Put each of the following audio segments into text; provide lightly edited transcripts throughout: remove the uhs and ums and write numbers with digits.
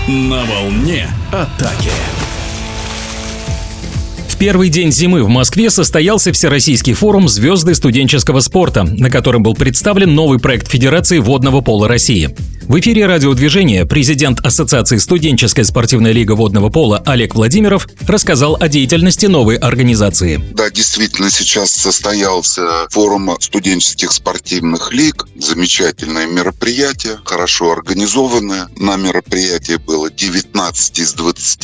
На волне атаки. В первый день зимы в Москве состоялся Всероссийский форум «Звезды студенческого спорта», на котором был представлен новый проект Федерации водного пола России. В эфире радиодвижения президент Ассоциации студенческой спортивной лиги водного пола Олег Владимиров рассказал о деятельности новой организации. Да, действительно, сейчас состоялся форум студенческих спортивных лиг. Замечательное мероприятие, хорошо организованное. На мероприятии было 19 из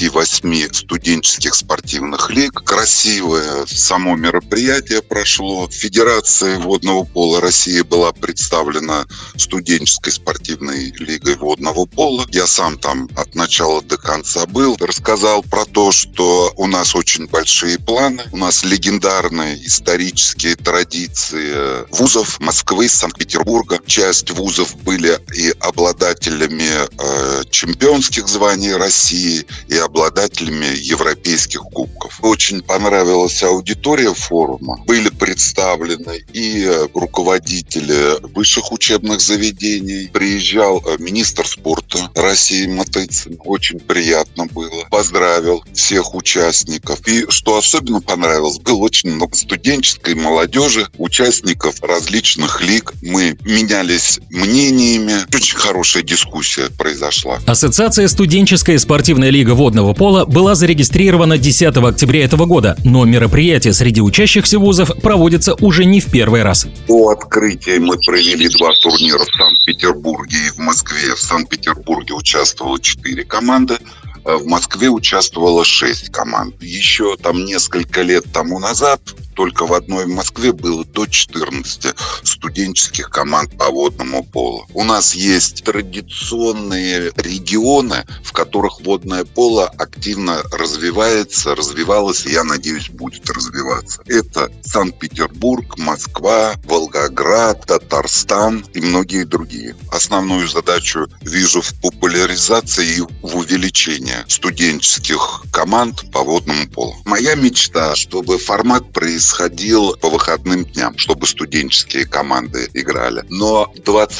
28 студенческих спортивных лиг. Красивое само мероприятие прошло. В Федерации водного пола России была представлена студенческой спортивной лигой водного пола. Я сам там от начала до конца был. Рассказал про то, что у нас очень большие планы. У нас легендарные исторические традиции вузов Москвы, Санкт-Петербурга. Часть вузов были и обладателями чемпионских званий России, и обладателями европейских кубков. Очень понравилась аудитория форума. Были представлены и руководители высших учебных заведений. Приезжал министр спорта России Матыцын. Очень приятно было. Поздравил всех участников. И что особенно понравилось, было очень много студенческой молодежи, участников различных лиг. Мы менялись мнениями. Очень хорошая дискуссия произошла. Ассоциация студенческая спортивная лига водного пола была зарегистрирована 10 октября этого года, но мероприятие среди учащихся вузов проводится уже не в первый раз. До открытия мы провели 2 турнира в Санкт-Петербурге и в Москве. В Санкт-Петербурге участвовало 4 команды. В Москве участвовало 6 команд. Еще там несколько лет тому назад только в одной в Москве было до 14 студенческих команд по водному полу. У нас есть традиционные регионы, в которых водное поло активно развивалось, и, я надеюсь, будет развиваться. Это Санкт-Петербург, Москва, Волгоград, Татарстан и многие другие. Основную задачу вижу в популяризации и в увеличении студенческих команд по водному полу. Моя мечта, чтобы формат происходил по выходным дням, чтобы студенческие команды играли. Но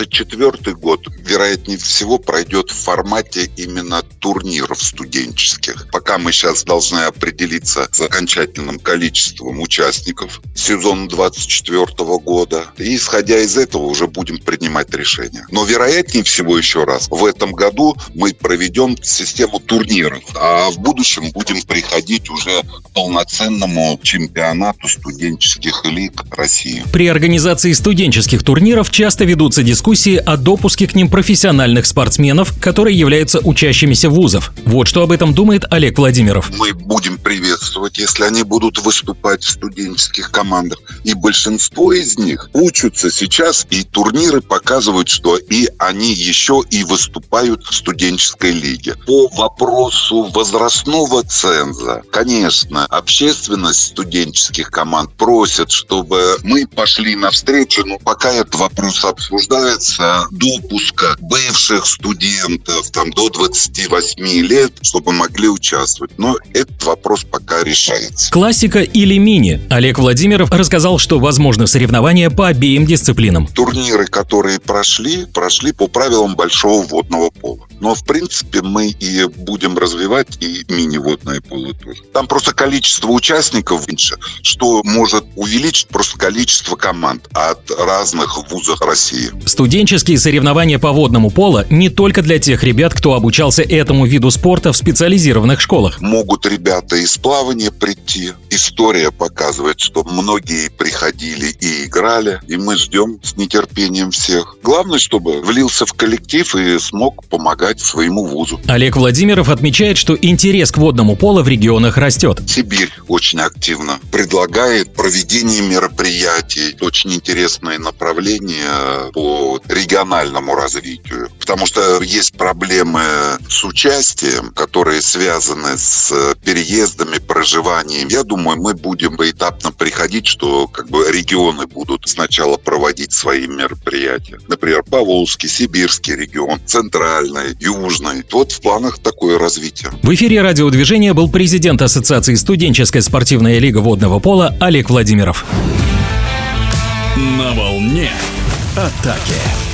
24-й год, вероятнее всего, пройдет в формате именно турниров студенческих. Пока мы сейчас должны определиться с окончательным количеством участников сезона 24-го года. И, исходя из этого, уже будем принимать решения. Но, вероятнее всего, еще раз, в этом году мы проведем систему турниров, а в будущем будем приходить уже к полноценному чемпионату студенческих лиг России. При организации студенческих турниров часто ведутся дискуссии о допуске к ним профессиональных спортсменов, которые являются учащимися вузов. Вот что об этом думает Олег Владимиров. Мы будем приветствовать, если они будут выступать в студенческих командах. И большинство из них учатся сейчас, и турниры показывают, что и они еще и выступают в студенческой лиге. По вопросу возрастного ценза, конечно, общественность студенческих команд просит, чтобы мы пошли навстречу, но пока этот вопрос обсуждается, допуска бывших студентов до 28 лет, чтобы могли участвовать. Но этот вопрос пока решается. Классика или мини? Олег Владимиров рассказал, что возможны соревнования по обеим дисциплинам. Турниры, которые прошли по правилам большого водного пола. Но, в принципе, мы и будем развивать и мини-водное поло тоже. Там просто количество участников меньше, что может увеличить просто количество команд от разных вузов России. Студенческие соревнования по водному полу не только для тех ребят, кто обучался этому виду спорта в специализированных школах. Могут ребята из плавания прийти. История показывает, что многие приходили и играли, и мы ждем с нетерпением всех. Главное, чтобы влился в коллектив и смог помогать своему вузу. Олег Владимиров отмечает, что интерес к водному полу в регионах растет. Сибирь очень активно предлагает проведение мероприятий. Очень интересное направление по региональному развитию. Потому что есть проблемы с участием, которые связаны с переездами, проживанием. Я думаю, мы будем поэтапно приходить, что регионы будут сначала проводить свои мероприятия. Например, Поволжский, Сибирский регион, Центральный, Южный. Вот в планах такое развитие. В эфире радиодвижения был президент Ассоциации студенческая спортивная лига водного пола Олег Владимиров. На волне атаки.